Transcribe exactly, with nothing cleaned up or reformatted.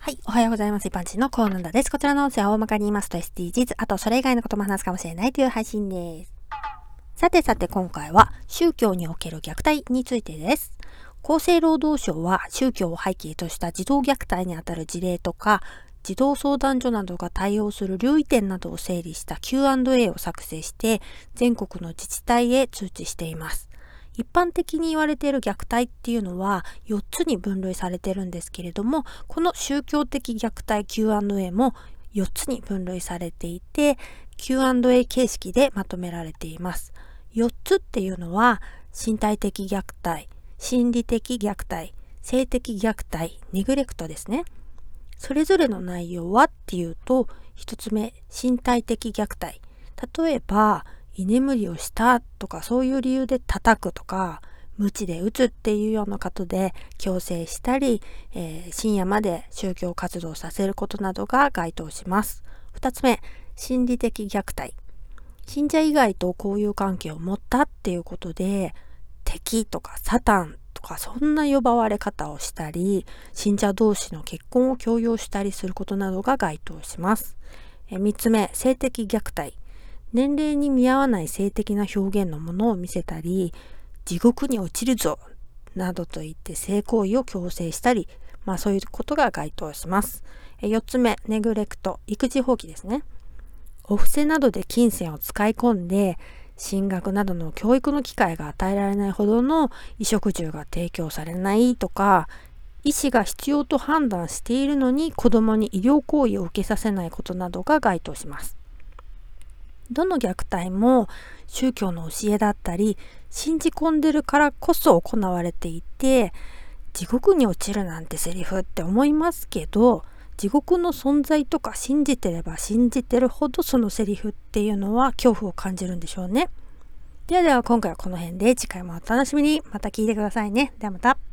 はい。おはようございます。一般人のコーナーです。こちらの音声は大まかに言いますと エスディージーズ、あとそれ以外のことも話すかもしれないという配信です。さてさて今回は宗教における虐待についてです。厚生労働省は宗教を背景とした児童虐待にあたる事例とか、児童相談所などが対応する留意点などを整理した キューアンドエー を作成して全国の自治体へ通知しています。一般的に言われている虐待っていうのはよっつに分類されてるんですけれども、この宗教的虐待 キューアンドエー もよっつに分類されていて キューアンドエー 形式でまとめられています。よっつっていうのは身体的虐待、心理的虐待、性的虐待、ネグレクトですね。それぞれの内容はっていうと、ひとつめ身体的虐待、例えば居眠りをしたとかそういう理由で叩くとか、鞭で打つっていうようなことで強制したり、えー、深夜まで宗教活動させることなどが該当します。ふたつめ心理的虐待、信者以外と交友関係を持ったっていうことで敵とかサタンとかそんな呼ばわれ方をしたり、信者同士の結婚を強要したりすることなどが該当します。えみっつめ性的虐待、年齢に見合わない性的な表現のものを見せたり、地獄に落ちるぞなどと言って性行為を強制したり、まあそういうことが該当します。えよっつめネグレクト、育児放棄ですね。お布施などで金銭を使い込んで進学などの教育の機会が与えられないほどの衣食住が提供されないとか、医師が必要と判断しているのに子どもに医療行為を受けさせないことなどが該当します。どの虐待も宗教の教えだったり信じ込んでるからこそ行われていて、地獄に落ちるなんてセリフって思いますけど、地獄の存在とか信じてれば信じてるほどそのセリフっていうのは恐怖を感じるんでしょうね。ではでは今回はこの辺で、次回もお楽しみに。また聞いてくださいね。ではまた。